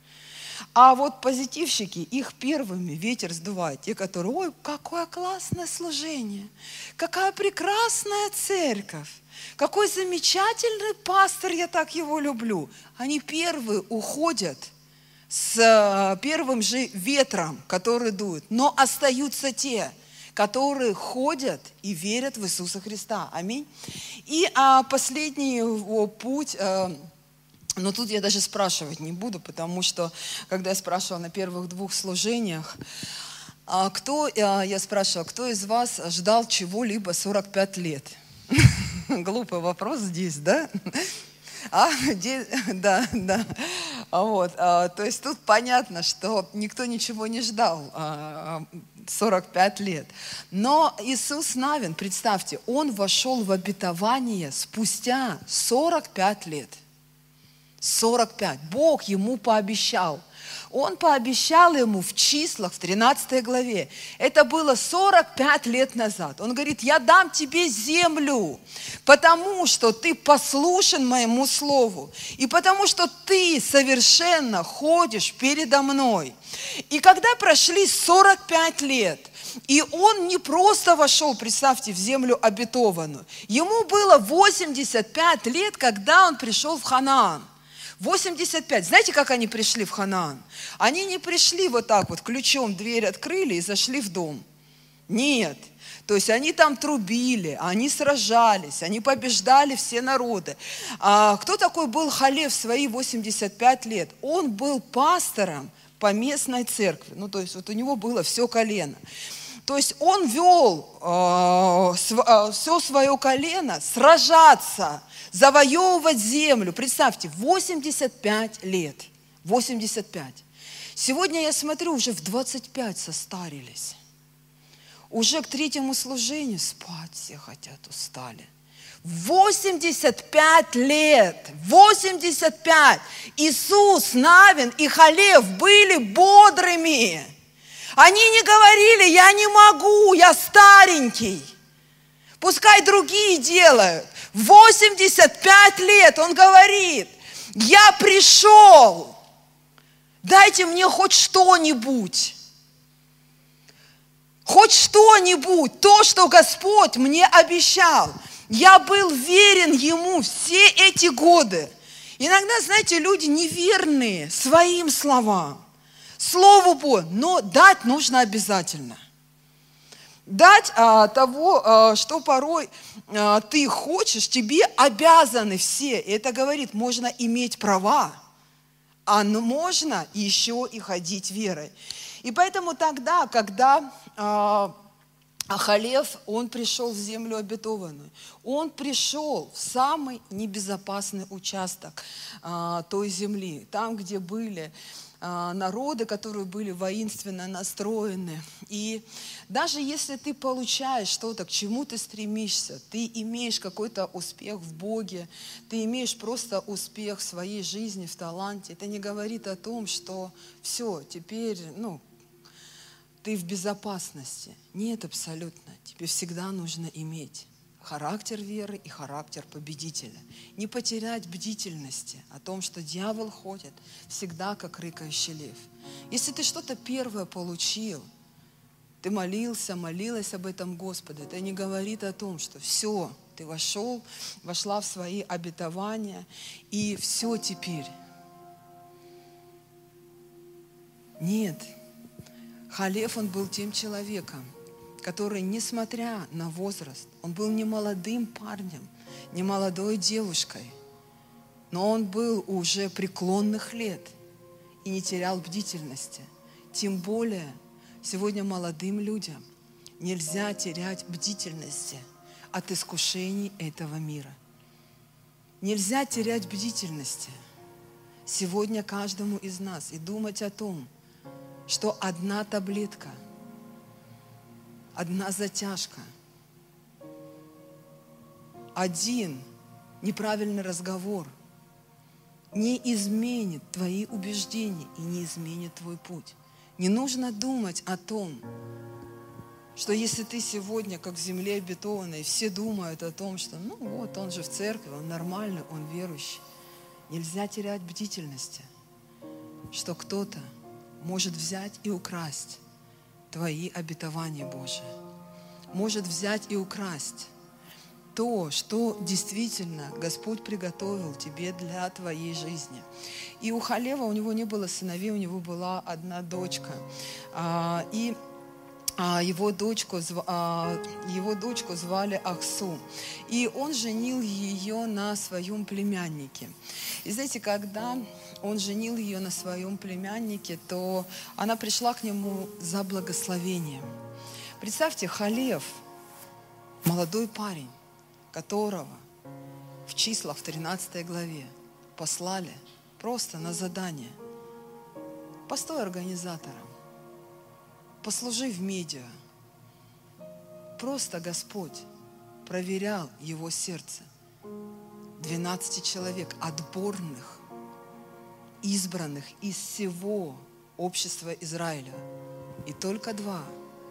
А вот позитивщики, их первыми ветер сдувает. Те, которые, ой, какое классное служение, какая прекрасная церковь, какой замечательный пастор, я так его люблю. Они первые уходят с первым же ветром, который дует. Но остаются те, которые ходят и верят в Иисуса Христа. Аминь. И а, последний его путь... А, Но тут я даже спрашивать не буду, потому что, когда я спрашивала на первых двух служениях, кто, я спрашивала, кто из вас ждал чего-либо сорок пять лет? Глупый вопрос здесь, да? А, да, да. Вот, то есть тут понятно, что никто ничего не ждал сорок пять лет. Но Иисус Навин, представьте, он вошел в обетование спустя сорок пять лет. сорок пять. Бог ему пообещал. Он пообещал ему в числах, в тринадцатой главе. Это было сорок пять лет назад. Он говорит, я дам тебе землю, потому что ты послушен моему слову. И потому что ты совершенно ходишь передо мной. И когда прошли сорок пять лет, и он не просто вошел, представьте, в землю обетованную. Ему было восемьдесят пять лет, когда он пришел в Ханаан. восемьдесят пять. Знаете, как они пришли в Ханаан? Они не пришли вот так вот, ключом дверь открыли и зашли в дом. Нет. То есть они там трубили, они сражались, они побеждали все народы. А кто такой был Халев в свои восемьдесят пять лет? Он был пастором по местной церкви. Ну, то есть вот у него было все колено. То есть он вел э, э, все свое колено сражаться, завоевывать землю. Представьте, восемьдесят пять лет. восемьдесят пять. Сегодня я смотрю, уже в двадцать пять состарились. Уже к третьему служению спать все хотят, устали. восемьдесят пять лет, восемьдесят пять. Иисус, Навин и Халев были бодрыми. Они не говорили: я не могу, я старенький. Пускай другие делают. восемьдесят пять лет он говорит: я пришел, дайте мне хоть что-нибудь. Хоть что-нибудь, то, что Господь мне обещал. Я был верен Ему все эти годы. Иногда, знаете, люди неверные своим словам, Слову Божьему, но дать нужно обязательно. Дать а, того, а, что порой а, ты хочешь, тебе обязаны все. И это говорит, можно иметь права, а можно еще и ходить верой. И поэтому тогда, когда а, Халев, он пришел в землю обетованную, он пришел в самый небезопасный участок а, той земли, там, где были а, народы, которые были воинственно настроены. И даже если ты получаешь что-то, к чему ты стремишься, ты имеешь какой-то успех в Боге, ты имеешь просто успех в своей жизни, в таланте, это не говорит о том, что все, теперь, ну, ты в безопасности. Нет, абсолютно. Тебе всегда нужно иметь характер веры и характер победителя. Не потерять бдительности о том, что дьявол ходит всегда как рыкающий лев. Если ты что-то первое получил, ты молился, молилась об этом Господу, это не говорит о том, что все, ты вошел, вошла в свои обетования, и все теперь. Нет. Халев, он был тем человеком, который, несмотря на возраст, он был не молодым парнем, не молодой девушкой, но он был уже преклонных лет и не терял бдительности. Тем более, сегодня молодым людям нельзя терять бдительности от искушений этого мира. Нельзя терять бдительности сегодня каждому из нас и думать о том, что одна таблетка, одна затяжка, один неправильный разговор не изменит твои убеждения и не изменит твой путь. Не нужно думать о том, что если ты сегодня, как в земле обетованной, все думают о том, что ну вот он же в церкви, он нормальный, он верующий. Нельзя терять бдительности, что кто-то может взять и украсть твои обетования Божии. Может взять и украсть то, что действительно Господь приготовил тебе для твоей жизни. И у Халева, у него не было сыновей, у него была одна дочка. И его дочку, его дочку звали Ахсу. И он женил ее на своем племяннике. И знаете, когда он женил ее на своем племяннике, то она пришла к нему за благословением. Представьте, Халев, молодой парень, которого в числах в тринадцатой главе послали просто на задание. Постой организатором, послужи в медиа. Просто Господь проверял его сердце. двенадцать человек отборных, избранных из всего общества Израиля. И только два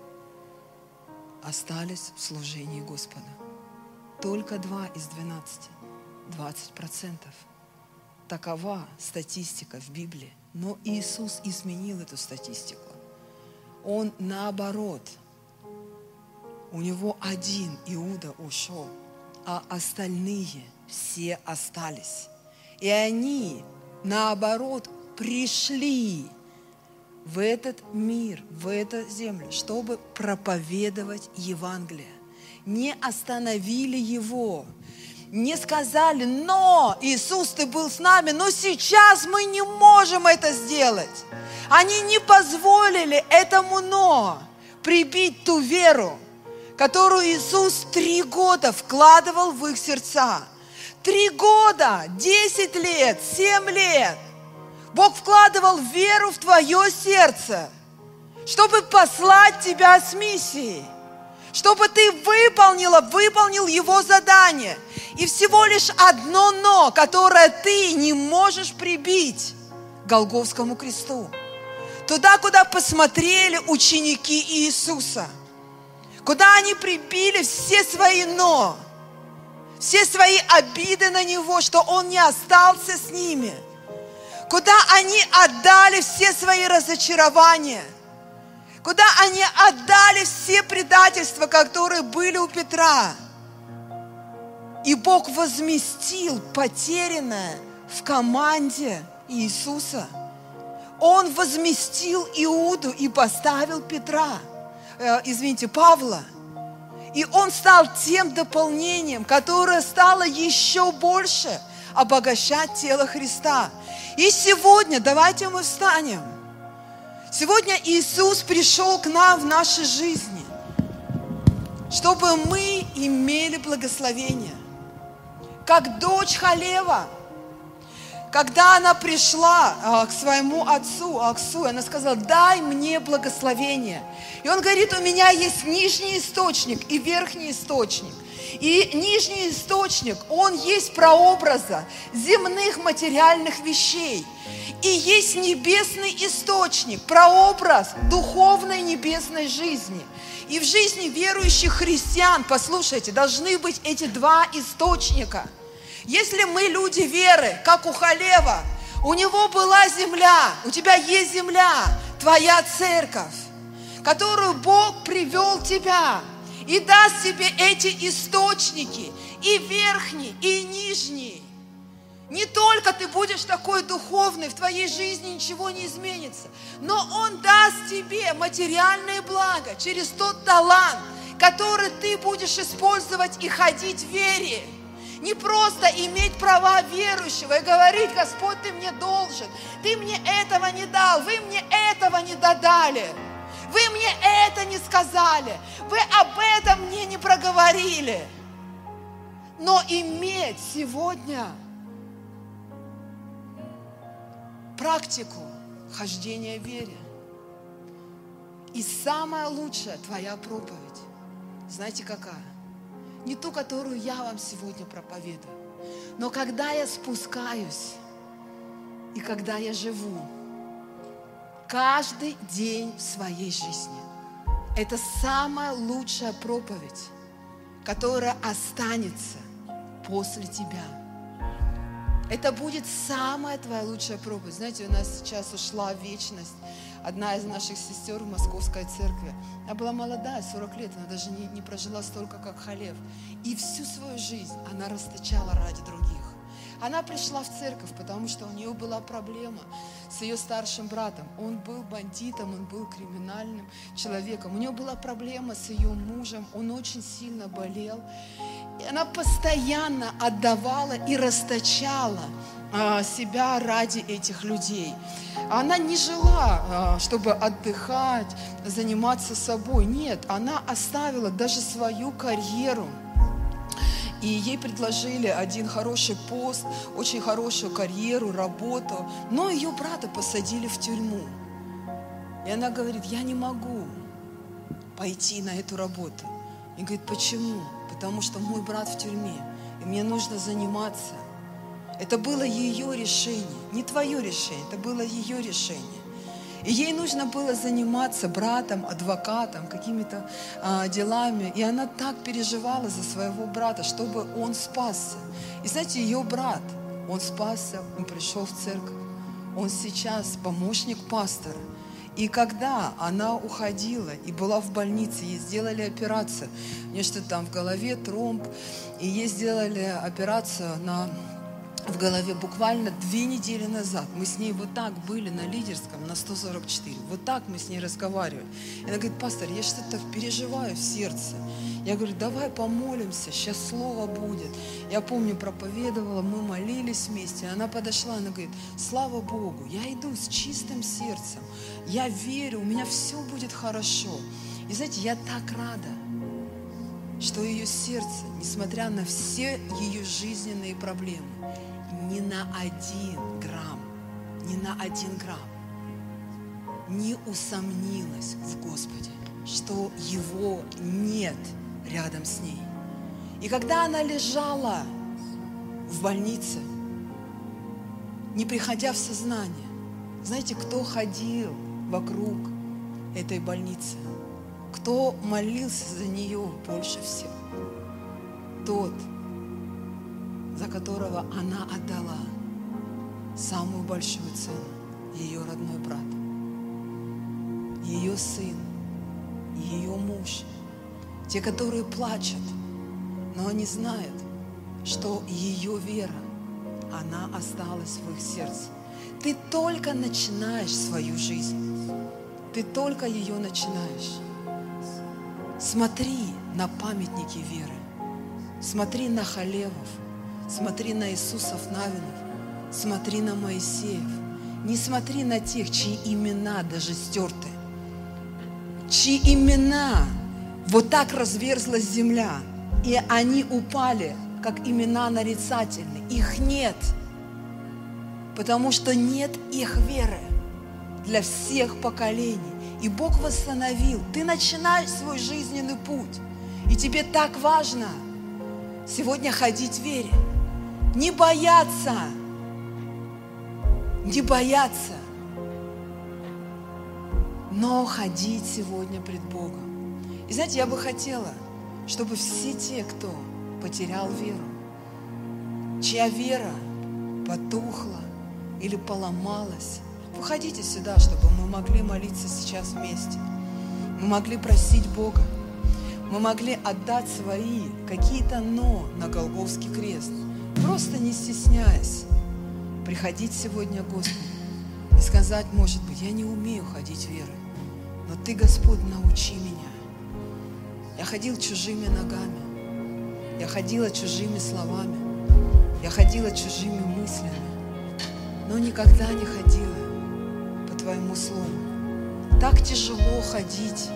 остались в служении Господа. Только два из двенадцати. двадцать процентов. Такова статистика в Библии. Но Иисус изменил эту статистику. Он наоборот. У него один Иуда ушел, а остальные все остались. И они наоборот пришли в этот мир, в эту землю, чтобы проповедовать Евангелие. Не остановили Его, не сказали: но, Иисус, Ты был с нами, но сейчас мы не можем это сделать. Они не позволили этому «но» прибить ту веру, которую Иисус три года вкладывал в их сердца. Три года, десять лет, семь лет. Бог вкладывал веру в твое сердце, чтобы послать тебя с миссией, чтобы ты выполнила, выполнил Его задание. И всего лишь одно «но», которое ты не можешь прибить к Голгофскому кресту. Туда, куда посмотрели ученики Иисуса, куда они прибили все свои «но», все свои обиды на Него, что Он не остался с ними, куда они отдали все свои разочарования, куда они отдали все предательства, которые были у Петра. И Бог возместил потерянное в команде Иисуса. Он возместил Иуду и поставил Петра, э, извините, Павла. И он стал тем дополнением, которое стало еще больше обогащать тело Христа. И сегодня давайте мы встанем. Сегодня Иисус пришел к нам в нашей жизни, чтобы мы имели благословение. Как дочь Халева, когда она пришла а, к своему отцу, Аксу, она сказала: дай мне благословение. И он говорит: у меня есть нижний источник и верхний источник. И нижний источник, он есть прообраза земных материальных вещей. И есть небесный источник, прообраз духовной небесной жизни. И в жизни верующих христиан, послушайте, должны быть эти два источника. Если мы люди веры, как у Халева, у него была земля, у тебя есть земля, твоя церковь, которую Бог привел тебя и даст тебе эти источники, и верхний, и нижний. Не только ты будешь такой духовный, в твоей жизни ничего не изменится, но Он даст тебе материальное благо через тот талант, который ты будешь использовать и ходить в вере. Не просто иметь права верующего и говорить: Господь, Ты мне должен, Ты мне этого не дал, вы мне этого не додали, вы мне это не сказали, вы об этом мне не проговорили. Но иметь сегодня практику хождения в вере. И самая лучшая твоя проповедь, знаете какая? Не ту, которую я вам сегодня проповедую, но когда я спускаюсь и когда я живу каждый день в своей жизни. Это самая лучшая проповедь, которая останется после тебя. Это будет самая твоя лучшая проповедь. Знаете, у нас сейчас ушла в вечность одна из наших сестер в Московской церкви. Она была молодая, сорок лет, она даже не, не прожила столько, как Халев. И всю свою жизнь она расточала ради других. Она пришла в церковь, потому что у нее была проблема с ее старшим братом. Он был бандитом, он был криминальным человеком. У нее была проблема с ее мужем, он очень сильно болел. И она постоянно отдавала и расточала а, себя ради этих людей. Она не жила, а, чтобы отдыхать, заниматься собой. Нет, она оставила даже свою карьеру. И ей предложили один хороший пост, очень хорошую карьеру, работу. Но ее брата посадили в тюрьму. И она говорит: я не могу пойти на эту работу. И говорит: почему? Потому что мой брат в тюрьме, и мне нужно заниматься. Это было ее решение, не твое решение, это было ее решение. И ей нужно было заниматься братом, адвокатом, какими-то а, делами. И она так переживала за своего брата, чтобы он спасся. И знаете, ее брат, он спасся, он пришел в церковь. Он сейчас помощник пастора. И когда она уходила и была в больнице, ей сделали операцию, у нее что-то там в голове, тромб, и ей сделали операцию на в голове буквально две недели назад. Мы с ней вот так были на лидерском, на сто сорок четыре. Вот так мы с ней разговаривали. И она говорит: пастор, я что-то переживаю в сердце. Я говорю: давай помолимся, сейчас слово будет. Я помню, проповедовала, мы молились вместе. Она подошла, она говорит: слава Богу, я иду с чистым сердцем. Я верю, у меня все будет хорошо. И знаете, я так рада, что ее сердце, несмотря на все ее жизненные проблемы, ни на один грамм, ни на один грамм не усомнилась в Господе, что Его нет рядом с ней. И когда она лежала в больнице, не приходя в сознание, знаете, кто ходил вокруг этой больницы? Кто молился за нее больше всех? Тот, за которого она отдала самую большую цену, ее родной брат, ее сын, ее муж. Те, которые плачут, но они знают, что ее вера, она осталась в их сердце. Ты только начинаешь свою жизнь, ты только ее начинаешь. Смотри на памятники веры, смотри на Халевов, смотри на Иисусов Навинов, смотри на Моисеев. Не смотри на тех, чьи имена даже стерты, чьи имена вот так разверзлась земля, и они упали, как имена нарицательные. Их нет, потому что нет их веры для всех поколений. И Бог восстановил. Ты начинаешь свой жизненный путь, и тебе так важно сегодня ходить в вере. Не бояться, не бояться, но ходить сегодня пред Богом. И знаете, я бы хотела, чтобы все те, кто потерял веру, чья вера потухла или поломалась, выходите сюда, чтобы мы могли молиться сейчас вместе. Мы могли просить Бога. Мы могли отдать свои какие-то «но» на Голгофский крест. Просто не стесняясь приходить сегодня к Господу и сказать: может быть, я не умею ходить верой, но Ты, Господь, научи меня. Я ходил чужими ногами, я ходила чужими словами, я ходила чужими мыслями, но никогда не ходила по Твоему Слову. Так тяжело ходить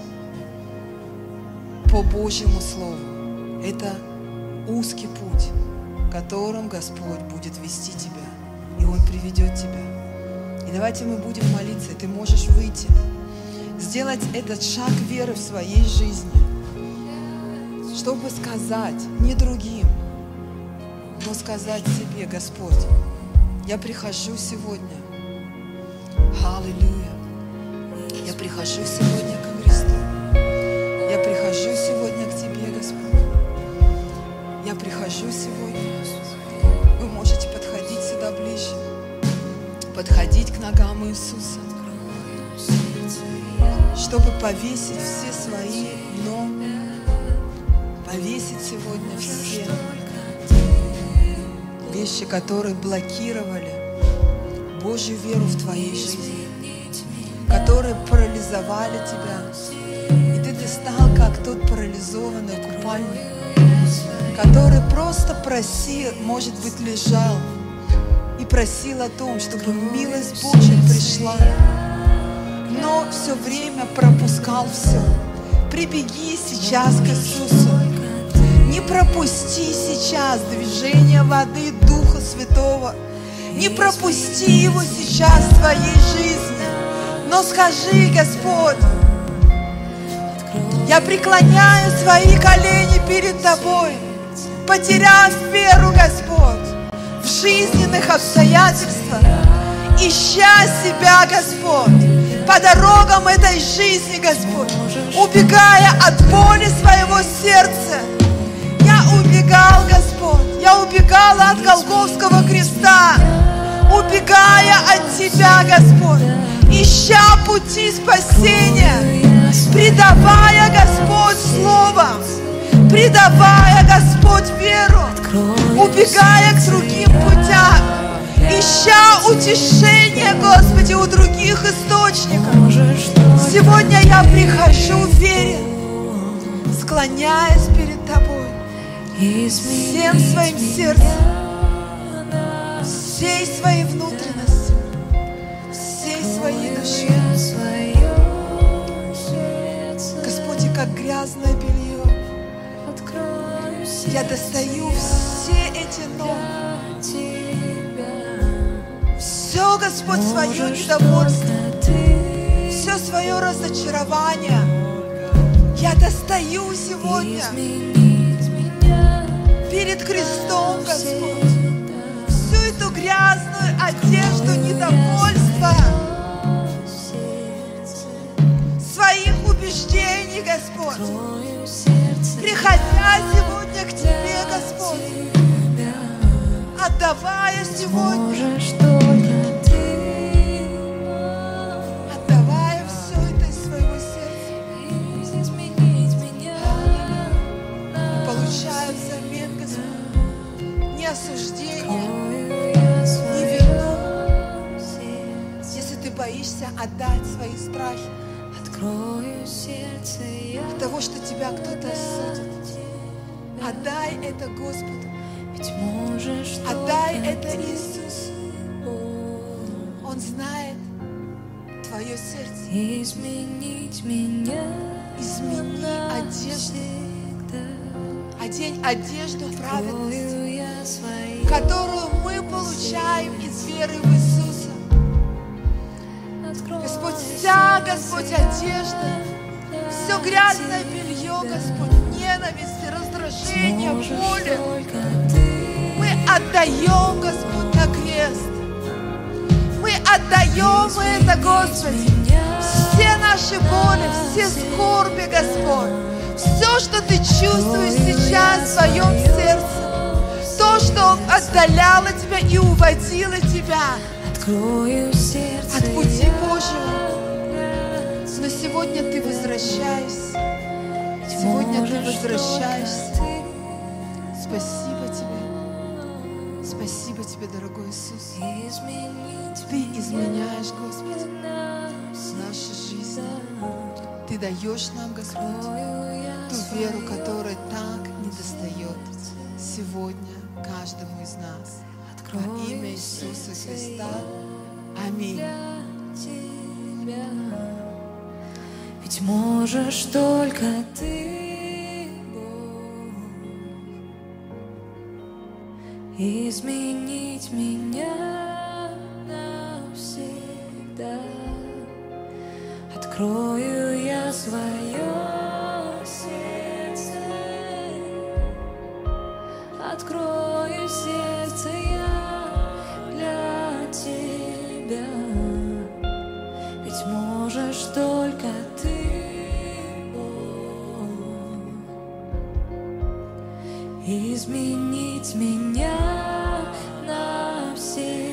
по Божьему Слову. Это узкий путь, которым Господь будет вести тебя, и Он приведет тебя. И давайте мы будем молиться, и ты можешь выйти, сделать этот шаг веры в своей жизни, чтобы сказать не другим, но сказать себе: Господь, я прихожу сегодня, аллилуйя, я прихожу сегодня к Христу, я прихожу сегодня к Тебе, Господь, я прихожу сегодня. Вы можете подходить сюда ближе, подходить к ногам Иисуса, чтобы повесить все свои «но», повесить сегодня все вещи, которые блокировали Божью веру в твоей жизни, которые парализовали тебя. И ты, ты стал как тот парализованный купальник, который просто просил, может быть, лежал и просил о том, чтобы милость Божья пришла, но все время пропускал все. Прибеги сейчас к Иисусу. Не пропусти сейчас движение воды Духа Святого. Не пропусти его сейчас в твоей жизни. Но скажи: Господь, я преклоняю свои колени перед Тобой, потеряв веру, Господь, в жизненных обстоятельствах, ища себя, Господь, по дорогам этой жизни, Господь, убегая от боли своего сердца. Я убегал, Господь, я убегала от Голгофского креста, убегая от Тебя, Господь, ища пути спасения, предавая, Господь, Слово, предавая, Господь, веру, убегая к другим путям, ища утешение, Господи, у других источников. Сегодня я прихожу уверен, склоняясь перед Тобой, всем своим сердцем, всей своей внутренностью, всей своей душой. Господи, как грязное белье, я достаю все эти ноги, все, Господь, свое недовольство, все свое разочарование я достаю сегодня перед крестом, Господь, всю эту грязную одежду недовольства, своих убеждений, Господь, приходя сегодня к Тебе, Господь, отдавая сегодня, отдавая все это из своего сердца, получая взамен, Господь, не осуждение, не вину, если ты боишься отдать свои страхи от того, что тебя кто-то осудит. Отдай это Господу. Отдай это Иисусу. Он знает твое сердце. Изменить меня. Измени одежду. Одень одежду праведности, которую мы получаем из веры в Иисуса. Господь, вся, Господь, одежда, все грязное белье, Господь, ненависть, раздражение, боли, мы отдаем, Господь, на крест. Мы отдаем это, Господи, все наши боли, все скорби, Господь, все, что Ты чувствуешь сейчас в своем сердце, то, что отдаляло Тебя и уводило Тебя от пути Божьего. Но сегодня Ты возвращаешься. Сегодня Ты возвращаешься. Спасибо Тебе. Спасибо Тебе, дорогой Иисус. Ты изменяешь, Господи, нашу жизнь. Ты даешь нам, Господь, ту веру, которая так недостает сегодня каждому из нас. Во имя Иисуса Христа. Аминь. Ведь можешь только Ты, Бог, изменить меня навсегда. Открою я свое сердце, открою сердце я для Тебя. Ведь можешь только Ты, Бог, изменить меня навсегда.